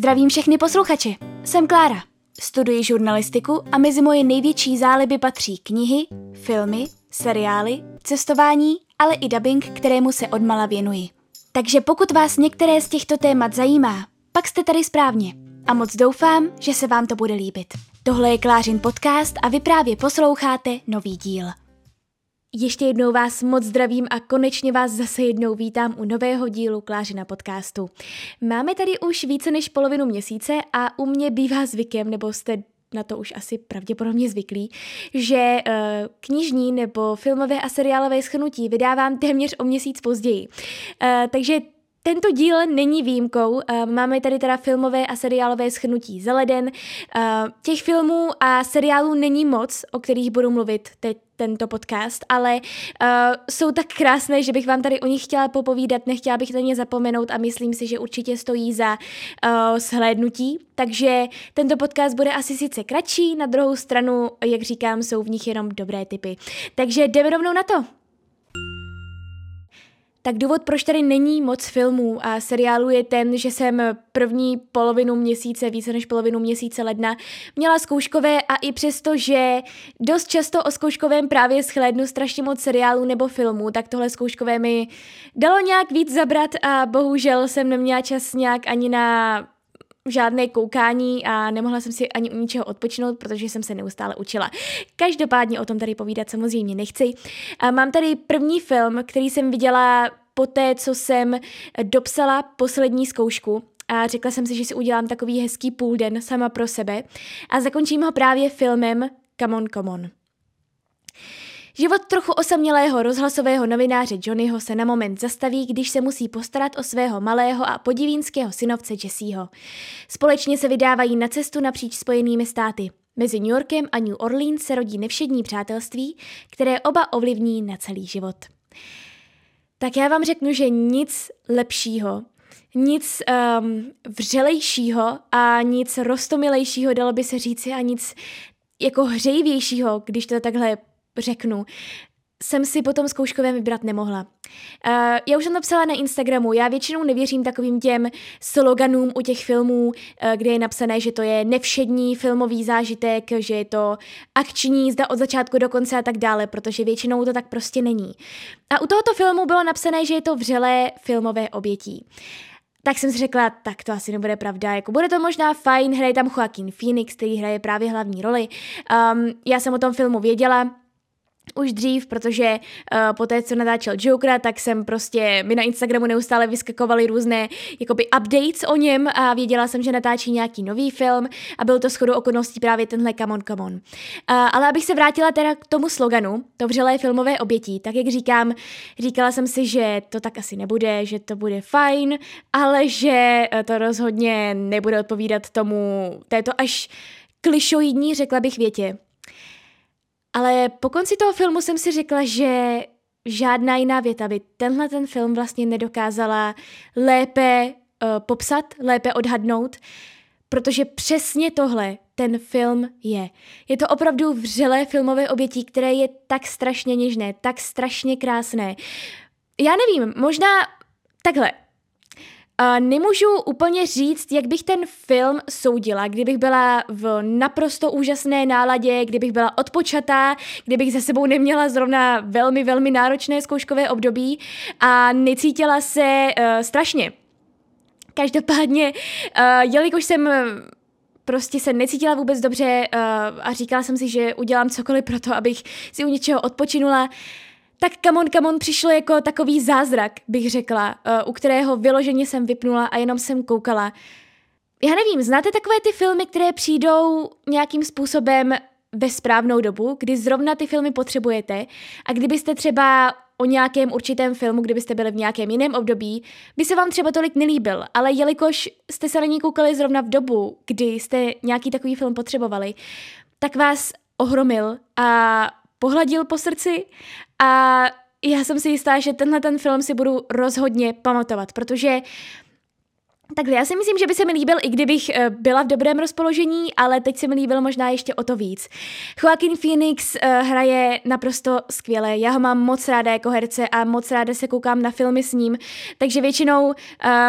Zdravím všechny posluchače, jsem Klára. Studuji žurnalistiku a mezi moje největší záliby patří knihy, filmy, seriály, cestování, ale i dabing, kterému se odmala věnuji. Takže pokud vás některé z těchto témat zajímá, pak jste tady správně. A moc doufám, že se vám to bude líbit. Tohle je Klářin podcast a vy právě posloucháte nový díl. Ještě jednou vás moc zdravím a konečně vás zase jednou vítám u nového dílu Klářina podcastu. Máme tady už více než polovinu měsíce a u mě bývá zvykem, nebo jste na to už asi pravděpodobně zvyklí, že knižní nebo filmové a seriálové shrnutí vydávám téměř o měsíc později. Takže tento díl není výjimkou, máme tady teda filmové a seriálové shrnutí za leden. Těch filmů a seriálů není moc, o kterých budu mluvit teď tento podcast, ale jsou tak krásné, že bych vám tady o nich chtěla popovídat, nechtěla bych na ně zapomenout a myslím si, že určitě stojí za shlédnutí. Takže tento podcast bude asi sice kratší, na druhou stranu, jak říkám, jsou v nich jenom dobré tipy. Takže jdeme rovnou na to. Tak důvod, proč tady není moc filmů a seriálů je ten, že jsem první polovinu měsíce, více než polovinu měsíce ledna, měla zkouškové a i přesto, že dost často o zkouškovém právě shlédnu strašně moc seriálů nebo filmů, tak tohle zkouškové mi dalo nějak víc zabrat a bohužel jsem neměla čas nějak ani na žádné koukání a nemohla jsem si ani u ničeho odpočinout, protože jsem se neustále učila. Každopádně o tom tady povídat samozřejmě nechci. A mám tady první film, který jsem viděla poté, co jsem dopsala poslední zkoušku a řekla jsem si, že si udělám takový hezký půlden sama pro sebe a zakončím ho právě filmem Come on, come on. Život trochu osamělého rozhlasového novináře Johnnyho se na moment zastaví, když se musí postarat o svého malého a podivínského synovce Jesseho. Společně se vydávají na cestu napříč Spojenými státy. Mezi New Yorkem a New Orleans se rodí nevšední přátelství, které oba ovlivní na celý život. Tak já vám řeknu, že nic lepšího, nic vřelejšího a nic roztomilejšího, dalo by se říci, a nic jako hřejivějšího, když to takhle řeknu, jsem si po tom zkouškovém vybrat nemohla. Já už jsem to psala na Instagramu, já většinou nevěřím takovým těm sloganům u těch filmů, kde je napsané, že to je nevšední filmový zážitek, že je to akční jízda od začátku do konce a tak dále, protože většinou to tak prostě není. A u tohoto filmu bylo napsané, že je to vřelé filmové obětí. Tak jsem si řekla, tak to asi nebude pravda, jako bude to možná fajn, hraje tam Joaquin Phoenix, který hraje právě hlavní roli. Já jsem o tom filmu věděla už dřív, protože poté, co natáčel Jokera, tak jsem prostě, mi na Instagramu neustále vyskakovaly různé jakoby updates o něm a věděla jsem, že natáčí nějaký nový film a byl to shodou okolností právě tenhle Come on, come on. Ale abych se vrátila teda k tomu sloganu, to vřelé filmové obětí, tak jak říkám, říkala jsem si, že to tak asi nebude, že to bude fajn, ale že to rozhodně nebude odpovídat tomu této až klišoidní, řekla bych, větě. Ale po konci toho filmu jsem si řekla, že žádná jiná věta by tenhle ten film vlastně nedokázala lépe popsat, lépe odhadnout, protože přesně tohle ten film je. Je to opravdu vřelé filmové obětí, které je tak strašně něžné, tak strašně krásné. Já nevím, možná takhle. Nemůžu úplně říct, jak bych ten film soudila, kdybych byla v naprosto úžasné náladě, kdybych byla odpočatá, kdybych za sebou neměla zrovna velmi, velmi náročné zkouškové období a necítila se strašně. Každopádně, jelikož jsem prostě se necítila vůbec dobře a říkala jsem si, že udělám cokoliv pro to, abych si u něčeho odpočinula, tak Come on přišlo jako takový zázrak, bych řekla, u kterého vyloženě jsem vypnula a jenom jsem koukala. Já nevím, znáte takové ty filmy, které přijdou nějakým způsobem ve správnou dobu, kdy zrovna ty filmy potřebujete a kdybyste třeba o nějakém určitém filmu, kdybyste byli v nějakém jiném období, by se vám třeba tolik nelíbil, ale jelikož jste se na ní koukali zrovna v dobu, kdy jste nějaký takový film potřebovali, tak vás ohromil a pohladil po srdci a já jsem si jistá, že tenhle ten film si budu rozhodně pamatovat, protože takhle, já si myslím, že by se mi líbil, i kdybych byla v dobrém rozpoložení, ale teď se mi líbil možná ještě o to víc. Joaquin Phoenix hraje naprosto skvěle, já ho mám moc ráda jako herce a moc ráda se koukám na filmy s ním, takže většinou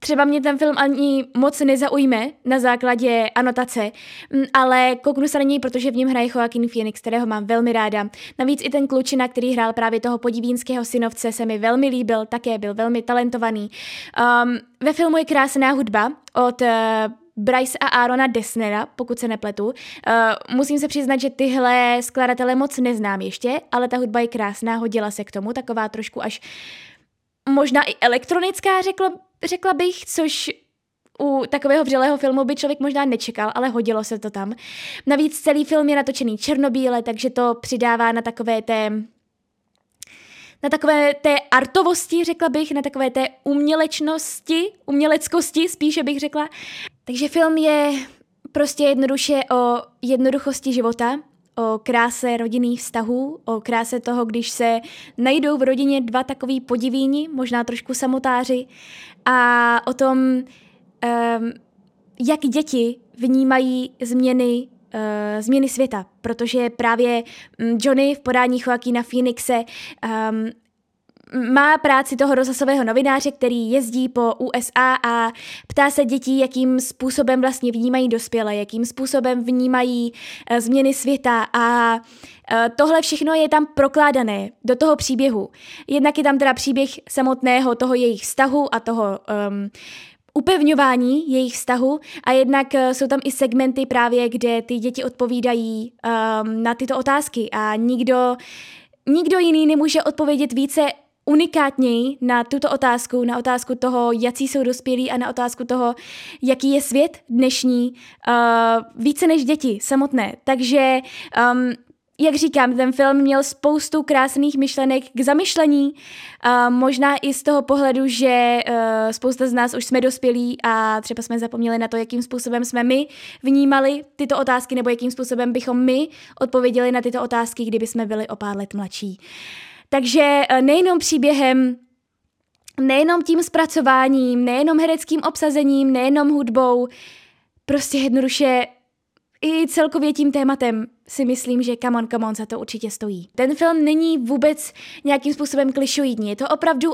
třeba mě ten film ani moc nezaujme na základě anotace, ale kouknu se na něj, protože v něm hraje Joaquin Phoenix, kterého mám velmi ráda. Navíc i ten klučina, který hrál právě toho podivínského synovce, se mi velmi líbil, také byl velmi talentovaný. Ve filmu je krásná hudba od Bryce a Aarona Dessnera, pokud se nepletu. Musím se přiznat, že tyhle skladatele moc neznám ještě, ale ta hudba je krásná, hodila se k tomu, taková trošku až možná i elektronická, řekla bych, což u takového vřelého filmu by člověk možná nečekal, ale hodilo se to tam. Navíc celý film je natočený černobíle, takže to přidává na takové té artovosti, řekla bych, na takové té uměleckosti spíše bych řekla. Takže film je prostě jednoduše o jednoduchosti života, o kráse rodinných vztahů, o kráse toho, když se najdou v rodině dva takový podivíni, možná trošku samotáři, a o tom, jak děti vnímají změny světa, protože právě Johnny v podání Joaquina Phoenixe má práci toho rozhlasového novináře, který jezdí po USA a ptá se dětí, jakým způsobem vlastně vnímají dospělé, jakým způsobem vnímají změny světa, a tohle všechno je tam prokládané do toho příběhu. Jednak je tam teda příběh samotného toho jejich vztahu a toho upevňování jejich vztahu, a jednak jsou tam i segmenty právě, kde ty děti odpovídají na tyto otázky a nikdo jiný nemůže odpovědět více unikátněji na tuto otázku, na otázku toho, jací jsou dospělí, a na otázku toho, jaký je svět dnešní, více než děti samotné. Takže jak říkám, ten film měl spoustu krásných myšlenek k zamyšlení, možná i z toho pohledu, že spousta z nás už jsme dospělí a třeba jsme zapomněli na to, jakým způsobem jsme my vnímali tyto otázky, nebo jakým způsobem bychom my odpověděli na tyto otázky, kdyby jsme byli o pár let mladší. Takže nejenom příběhem, nejenom tím zpracováním, nejenom hereckým obsazením, nejenom hudbou, prostě jednoduše i celkově tím tématem si myslím, že come on, za to určitě stojí. Ten film není vůbec nějakým způsobem klišoidní. Je to opravdu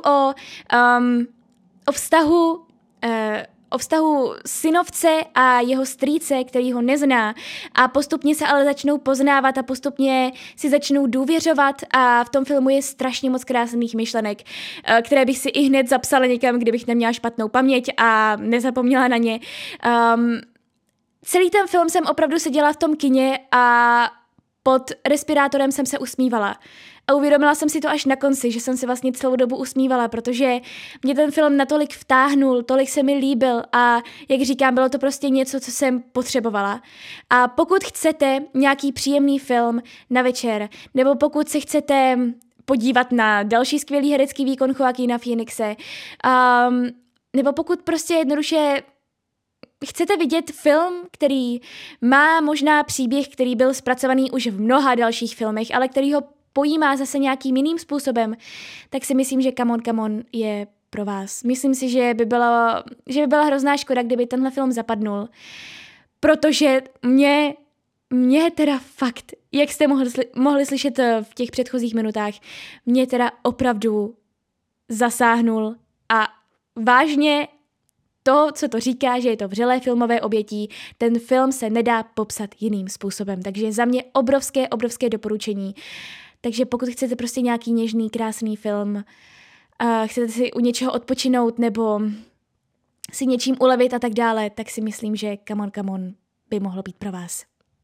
o vztahu synovce a jeho strýce, který ho nezná, a postupně se ale začnou poznávat a postupně si začnou důvěřovat, a v tom filmu je strašně moc krásných myšlenek, které bych si i hned zapsala někam, kdybych neměla špatnou paměť a nezapomněla na ně. Celý ten film jsem opravdu seděla v tom kině a pod respirátorem jsem se usmívala. A uvědomila jsem si to až na konci, že jsem se vlastně celou dobu usmívala, protože mě ten film natolik vtáhnul, tolik se mi líbil a jak říkám, bylo to prostě něco, co jsem potřebovala. A pokud chcete nějaký příjemný film na večer, nebo pokud se chcete podívat na další skvělý herecký výkon Joaquina Phoenixe, nebo pokud prostě jednoduše chcete vidět film, který má možná příběh, který byl zpracovaný už v mnoha dalších filmech, ale který ho pojímá zase nějakým jiným způsobem, tak si myslím, že Come on je pro vás. Myslím si, že by byla hrozná škoda, kdyby tenhle film zapadnul, protože mě teda fakt, jak jste mohli slyšet v těch předchozích minutách, mě teda opravdu zasáhnul a vážně to, co to říká, že je to vřelé filmové obětí, ten film se nedá popsat jiným způsobem. Takže za mě obrovské doporučení. Takže pokud chcete prostě nějaký něžný, krásný film, chcete si u něčeho odpočinout nebo si něčím ulevit a tak dále, tak si myslím, že Come on by mohlo být pro vás.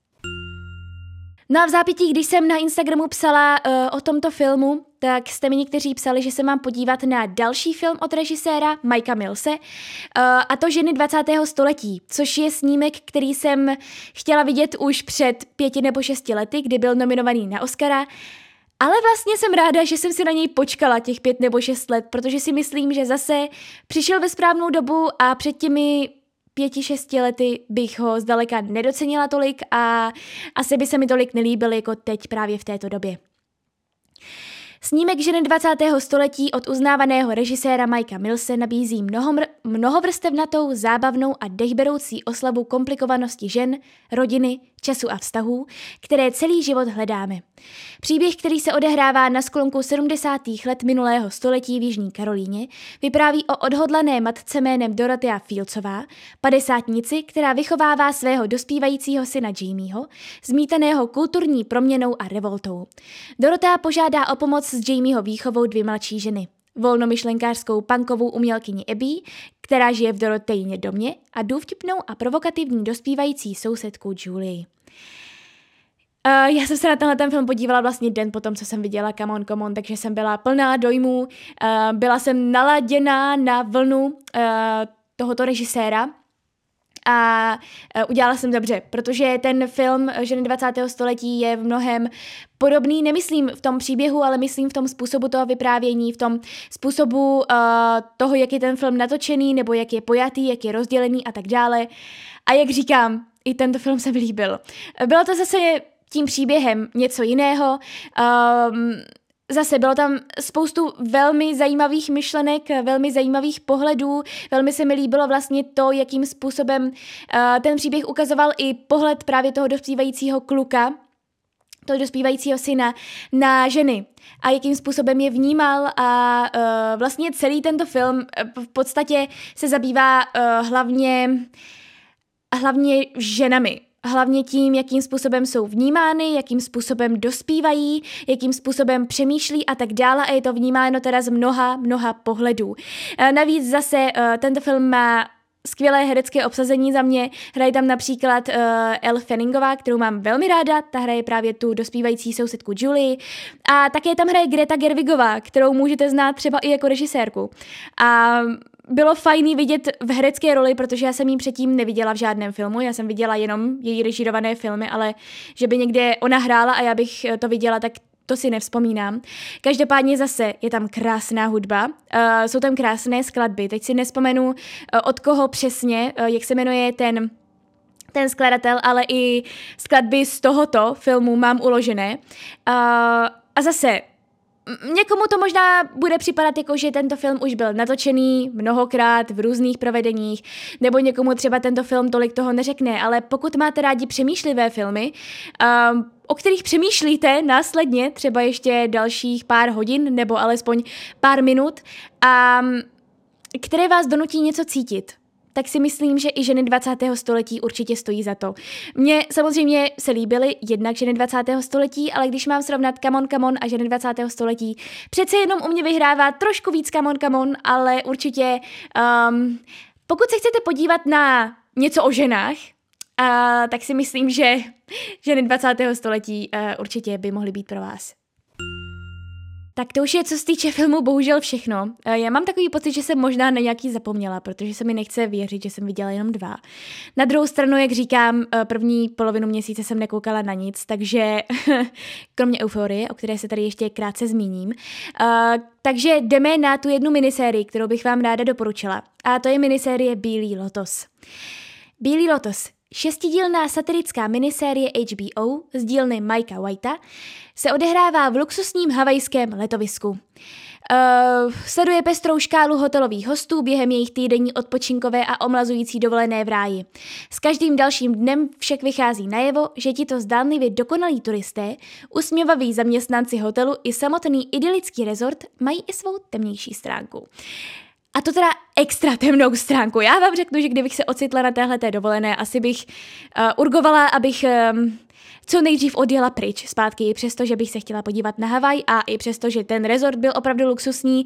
No a v zápětí, když jsem na Instagramu psala o tomto filmu, tak jste mi někteří psali, že se mám podívat na další film od režiséra Mikea Millse, a to Ženy 20. století, což je snímek, který jsem chtěla vidět už před 5 nebo 6 lety, kdy byl nominovaný na Oscara, ale vlastně jsem ráda, že jsem si na něj počkala těch 5 nebo 6 let, protože si myslím, že zase přišel ve správnou dobu a před těmi 5-6 lety bych ho zdaleka nedocenila tolik a asi by se mi tolik nelíbil jako teď právě v této době. Snímek Ženy 20. století od uznávaného režiséra Mikea Millse nabízí mnohovrstevnatou, zábavnou a dechberoucí oslavu komplikovanosti žen, rodiny, času a vztahů, které celý život hledáme. Příběh, který se odehrává na sklonku 70. let minulého století v Jižní Karolíně, vypráví o odhodlané matce jménem Dorothea Fieldsová, padesátnici, která vychovává svého dospívajícího syna Jamieho, zmítaného kulturní proměnou a revoltou. Dorothea požádá o pomoc s Jamieho výchovou dvě mladší ženy. Volnomyšlenkářskou punkovou umělkyni Abby, která žije v Dorotheině domě, a důvtipnou a provokativní dospívající sousedku Julie. Já jsem se na tenhle ten film podívala vlastně den potom, co jsem viděla Come On, takže jsem byla plná dojmů, byla jsem naladěná na vlnu tohoto režiséra a udělala jsem dobře, protože ten film Ženy 20. století je v mnohem podobný, nemyslím v tom příběhu, ale myslím v tom způsobu toho vyprávění, v tom způsobu toho, jak je ten film natočený, nebo jak je pojatý, jak je rozdělený a tak dále. A jak říkám, i tento film se mi líbil. Bylo to zase tím příběhem něco jiného. Zase bylo tam spoustu velmi zajímavých myšlenek, velmi zajímavých pohledů. Velmi se mi líbilo vlastně to, jakým způsobem ten příběh ukazoval i pohled právě toho dospívajícího kluka, toho dospívajícího syna na ženy a jakým způsobem je vnímal a vlastně celý tento film v podstatě se zabývá hlavně ženami. Hlavně tím, jakým způsobem jsou vnímány, jakým způsobem dospívají, jakým způsobem přemýšlí a tak dále a je to vnímáno teda z mnoha pohledů. Navíc zase tento film má skvělé herecké obsazení za mě. Hraje tam například Elle Fanningová, kterou mám velmi ráda, ta hraje právě tu dospívající sousedku Julie. A také tam hraje Greta Gerwigová, kterou můžete znát třeba i jako režisérku. A bylo fajný vidět v herecké roli, protože já jsem ji předtím neviděla v žádném filmu, já jsem viděla jenom její režírované filmy, ale že by někde ona hrála a já bych to viděla, tak to si nevzpomínám. Každopádně zase je tam krásná hudba, jsou tam krásné skladby, teď si nespomenu od koho přesně, jak se jmenuje ten skladatel, ale i skladby z tohoto filmu mám uložené. A zase někomu to možná bude připadat jako, že tento film už byl natočený mnohokrát v různých provedeních, nebo někomu třeba tento film tolik toho neřekne, ale pokud máte rádi přemýšlivé filmy, o kterých přemýšlíte následně třeba ještě dalších pár hodin nebo alespoň pár minut a které vás donutí něco cítit, tak si myslím, že i Ženy 20. století určitě stojí za to. Mně samozřejmě se líbily jednak Ženy 20. století, ale když mám srovnat Come On a Ženy 20. století, přece jenom u mě vyhrává trošku víc Come On, ale určitě pokud se chcete podívat na něco o ženách, tak si myslím, že Ženy 20. století určitě by mohly být pro vás. Tak to už je, co se týče filmu, bohužel všechno. Já mám takový pocit, že jsem možná na nějaký zapomněla, protože se mi nechce věřit, že jsem viděla jenom 2. Na druhou stranu, jak říkám, první polovinu měsíce jsem nekoukala na nic, takže kromě Euforie, o které se tady ještě krátce zmíním. Takže jdeme na tu jednu minisérii, kterou bych vám ráda doporučila. A to je minisérie Bílý lotos. Bílý lotos. 6dílná satirická minisérie HBO z dílny Mikea Whitea se odehrává v luxusním havajském letovisku. Sleduje pestrou škálu hotelových hostů během jejich týdenní odpočinkové a omlazující dovolené v ráji. S každým dalším dnem však vychází najevo, že tito zdánlivě dokonalí turisté, usměvaví zaměstnanci hotelu i samotný idylický rezort mají i svou temnější stránku. A to teda extra temnou stránku. Já vám řeknu, že kdybych se ocitla na téhleté dovolené, asi bych urgovala, abych co nejdřív odjela pryč zpátky, i přesto, že bych se chtěla podívat na Havaj a i přesto, že ten rezort byl opravdu luxusní.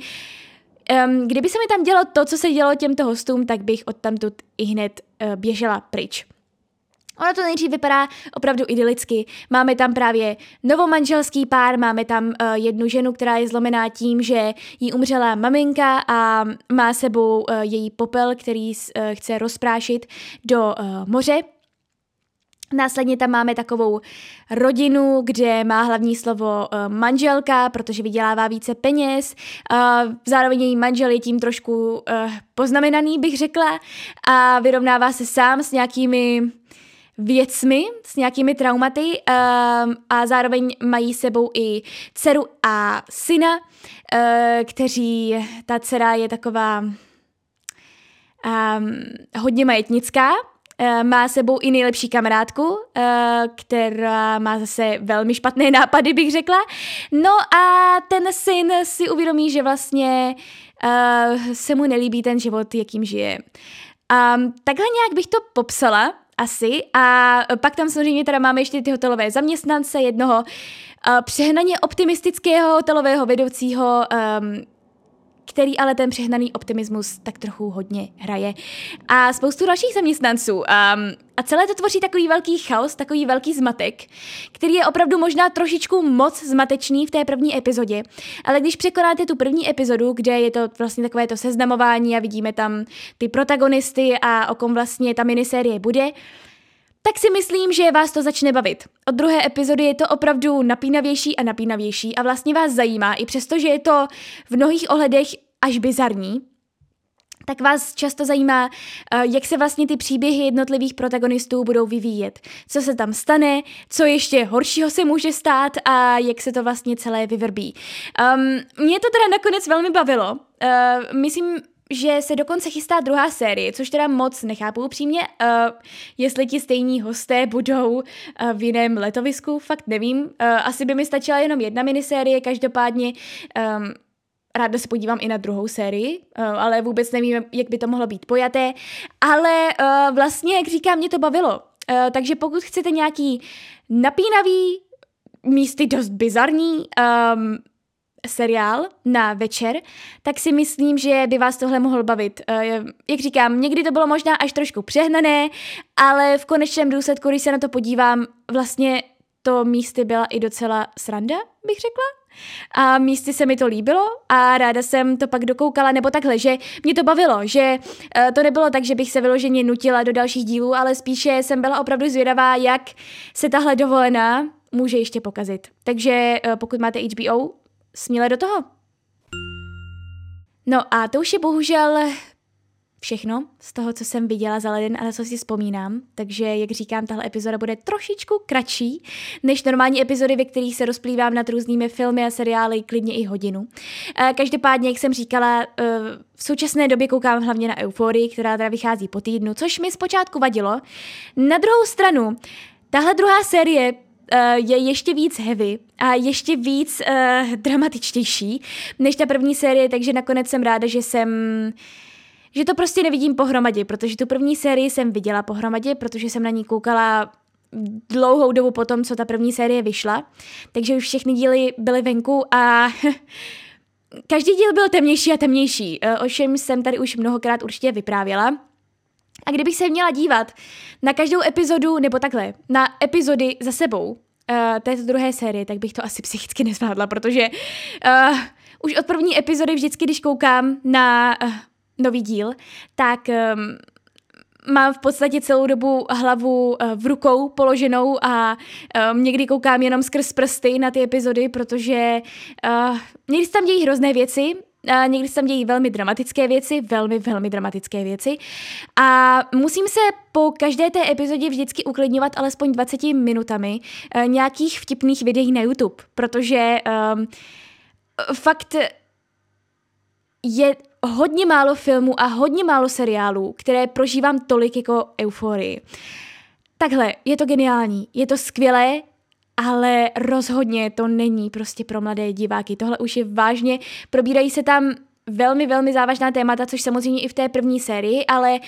Kdyby se mi tam dělo to, co se dělo těmto hostům, tak bych odtamtud i hned běžela pryč. Ono to nejdřív vypadá opravdu idylicky. Máme tam právě novomanželský pár, máme tam jednu ženu, která je zlomená tím, že jí umřela maminka a má sebou její popel, který chce rozprášit do moře. Následně tam máme takovou rodinu, kde má hlavní slovo manželka, protože vydělává více peněz. Zároveň její manžel je tím trošku poznamenaný, bych řekla, a vyrovnává se sám s nějakými věcmi, s nějakými traumaty a zároveň mají sebou i dceru a syna, ta dcera je taková hodně majetnická má sebou i nejlepší kamarádku, která má zase velmi špatné nápady, bych řekla. No a ten syn si uvědomí, že vlastně se mu nelíbí ten život, jakým žije. Takhle nějak bych to popsala asi a pak tam samozřejmě teda máme ještě ty hotelové zaměstnance, jednoho přehnaně optimistického hotelového vedoucího, který ale ten přehnaný optimismus tak trochu hodně hraje. A spoustu dalších zaměstnanců. A celé to tvoří takový velký chaos, takový velký zmatek, který je opravdu možná trošičku moc zmatečný v té první epizodě. Ale když překonáte tu první epizodu, kde je to vlastně takové to seznamování a vidíme tam ty protagonisty a o kom vlastně ta minisérie bude, tak si myslím, že vás to začne bavit. Od druhé epizody je to opravdu napínavější a napínavější a vlastně vás zajímá, i přesto, že je to v mnohých ohledech až bizarní, tak vás často zajímá, jak se vlastně ty příběhy jednotlivých protagonistů budou vyvíjet. Co se tam stane, co ještě horšího se může stát a jak se to vlastně celé vyvrbí. Mě to teda nakonec velmi bavilo. Myslím, že se dokonce chystá druhá série, což teda moc nechápu upřímně, jestli ti stejní hosté budou v jiném letovisku, fakt nevím. Asi by mi stačila jenom jedna minisérie, každopádně ráda se podívám i na druhou sérii, ale vůbec nevím, jak by to mohlo být pojaté, ale vlastně, jak říkám, mě to bavilo. Takže pokud chcete nějaký napínavý, místy dost bizarní seriál na večer, tak si myslím, že by vás tohle mohl bavit. Jak říkám, někdy to bylo možná až trošku přehnané, ale v konečném důsledku, když se na to podívám, vlastně to místy byla i docela sranda, bych řekla. A místy se mi to líbilo a ráda jsem to pak dokoukala, nebo takhle, že mě to bavilo, že to nebylo tak, že bych se vyloženě nutila do dalších dílů, ale spíše jsem byla opravdu zvědavá, jak se tahle dovolená může ještě pokazit. Takže pokud máte HBO, směle do toho. No a to už je bohužel všechno z toho, co jsem viděla za leden a na co si vzpomínám. Takže, jak říkám, tahle epizoda bude trošičku kratší než normální epizody, ve kterých se rozplývám nad různými filmy a seriály klidně i hodinu. Každopádně, jak jsem říkala, v současné době koukám hlavně na Euforii, která teda vychází po týdnu, což mi zpočátku vadilo. Na druhou stranu, tahle druhá série je ještě víc heavy a ještě víc dramatičtější než ta první série, takže nakonec jsem ráda, že to prostě nevidím pohromadě, protože tu první sérii jsem viděla pohromadě, protože jsem na ní koukala dlouhou dobu po tom, co ta první série vyšla, takže už všechny díly byly venku a každý díl byl temnější a temnější, o čem jsem tady už mnohokrát určitě vyprávěla. A kdybych se měla dívat na každou epizodu, nebo takhle, na epizody za sebou této druhé série, tak bych to asi psychicky nezvládla, protože už od první epizody vždycky, když koukám na nový díl, tak mám v podstatě celou dobu hlavu v rukou položenou a někdy koukám jenom skrz prsty na ty epizody, protože někdy se tam dějí hrozné věci, někdy se tam dějí velmi dramatické věci, velmi dramatické věci a musím se po každé té epizodě vždycky uklidňovat alespoň 20 minutami nějakých vtipných videí na YouTube, protože fakt je hodně málo filmů a hodně málo seriálů, které prožívám tolik jako Euforii. Takhle, je to geniální, je to skvělé, ale rozhodně to není prostě pro mladé diváky. Tohle už je vážně, probírají se tam velmi závažná témata, což samozřejmě i v té první sérii, ale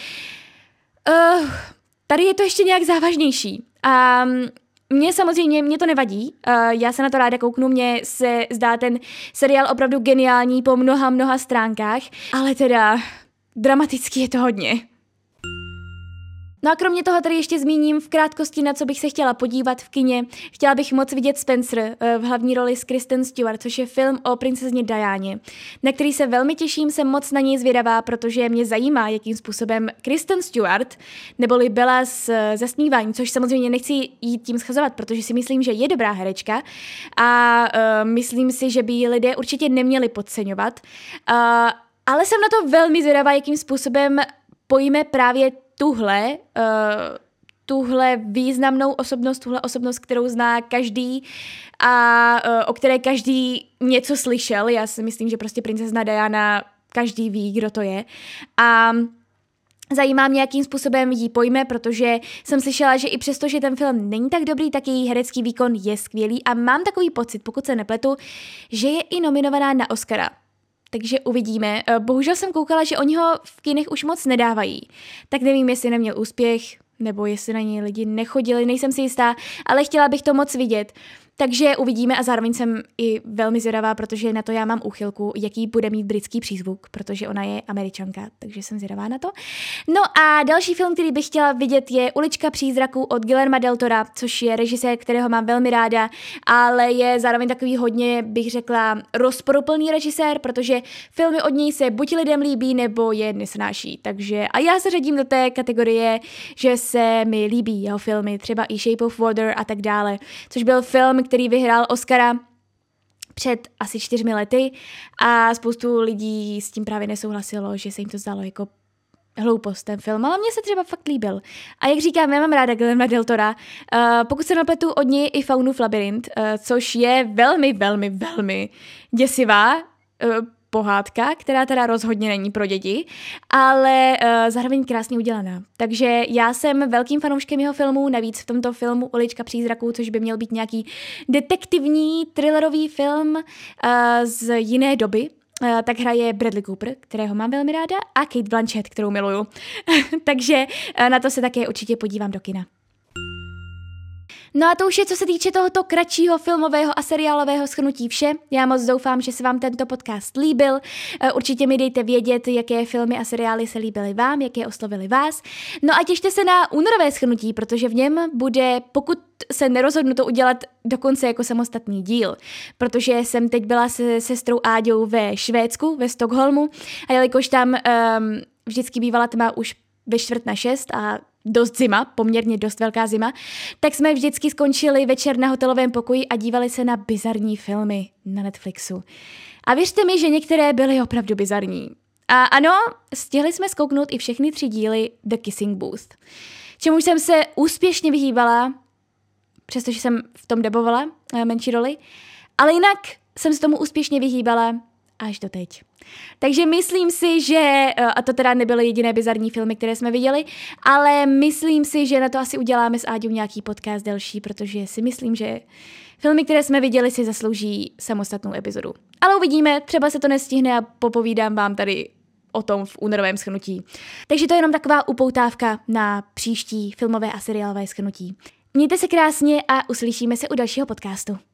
tady je to ještě nějak závažnější. A mě to nevadí, já se na to ráda kouknu, mně se zdá ten seriál opravdu geniální po mnoha stránkách, ale teda dramaticky je to hodně. No a kromě toho tady ještě zmíním v krátkosti, na co bych se chtěla podívat v kině. Chtěla bych moc vidět Spencer v hlavní roli s Kristen Stewart, což je film o princezně Dianě, na který se velmi těším, jsem moc na něj zvědavá, protože mě zajímá, jakým způsobem Kristen Stewart, neboli Bella z Zasnívání, což samozřejmě nechci jít tím schazovat, protože si myslím, že je dobrá herečka a myslím si, že by ji lidé určitě neměli podceňovat. Ale jsem na to velmi zvědavá, jakým způsobem pojme právě tuhle významnou osobnost, tuhle osobnost, kterou zná každý a o které každý něco slyšel. Já si myslím, že prostě princezna Diana, každý ví, kdo to je. A Zajímá mě, jakým způsobem jí pojme, protože jsem slyšela, že i přesto, že ten film není tak dobrý, tak její herecký výkon je skvělý a mám takový pocit, pokud se nepletu, že je i nominovaná na Oscara. Takže uvidíme. Bohužel jsem koukala, že oni ho v kinech už moc nedávají. Tak nevím, jestli neměl úspěch, nebo jestli na něj lidi nechodili, nejsem si jistá, ale chtěla bych to moc vidět. Takže uvidíme a zároveň jsem i velmi zvědavá, protože na to já mám úchylku, jaký bude mít britský přízvuk, protože ona je Američanka, takže jsem zvědavá na to. No a další film, který bych chtěla vidět, je Ulička přízraků od Guillerma del Tora, což je režisér, kterého mám velmi ráda, ale je zároveň takový hodně, bych řekla, rozporuplný režisér, protože filmy od něj se buď lidem líbí, nebo je nesnáší. Takže a já se řadím do té kategorie, že se mi líbí jeho filmy, třeba i Shape of Water a tak dále, což byl film, který vyhrál Oscara před asi 4 lety a spoustu lidí s tím právě nesouhlasilo, že se jim to zdalo jako hloupost ten film, ale mně se třeba fakt líbil. A jak říkám, já mám ráda Guillerma del Tora. Pokud se napletu od něj i Faunův labyrint, což je velmi, velmi, velmi děsivá pohádka, která teda rozhodně není pro děti, ale zároveň krásně udělaná. Takže já jsem velkým fanouškem jeho filmů, navíc v tomto filmu Ulička přízraků, což by měl být nějaký detektivní, thrillerový film z jiné doby, tak hraje Bradley Cooper, kterého mám velmi ráda, a Cate Blanchett, kterou miluju. Takže na to se také určitě podívám do kina. No a to už je, co se týče tohoto kratšího filmového a seriálového shrnutí vše. Já moc doufám, že se vám tento podcast líbil. Určitě mi dejte vědět, jaké filmy a seriály se líbily vám, jaké oslovily vás. No a těšte se na únorové shrnutí, protože v něm bude, pokud se nerozhodnu to udělat dokonce jako samostatný díl, protože jsem teď byla se sestrou Áďou ve Švédsku, ve Stockholmu, a jelikož tam vždycky bývala tma už ve 5:45 a dost zima, poměrně dost velká zima, tak jsme vždycky skončili večer na hotelovém pokoji a dívali se na bizarní filmy na Netflixu. A věřte mi, že některé byly opravdu bizarní. A ano, stihli jsme zkouknout i všechny 3 díly The Kissing Booth, čemu jsem se úspěšně vyhýbala, přestože jsem v tom dabovala menší roli, ale jinak jsem se tomu úspěšně vyhýbala až do teď. Takže myslím si, že, a to teda nebyly jediné bizarní filmy, které jsme viděli, ale myslím si, že na to asi uděláme s Áďou nějaký podcast delší, protože si myslím, že filmy, které jsme viděli, si zaslouží samostatnou epizodu. Ale uvidíme, třeba se to nestihne a popovídám vám tady o tom v únorovém shrnutí. Takže to je jenom taková upoutávka na příští filmové a seriálové shrnutí. Mějte se krásně a uslyšíme se u dalšího podcastu.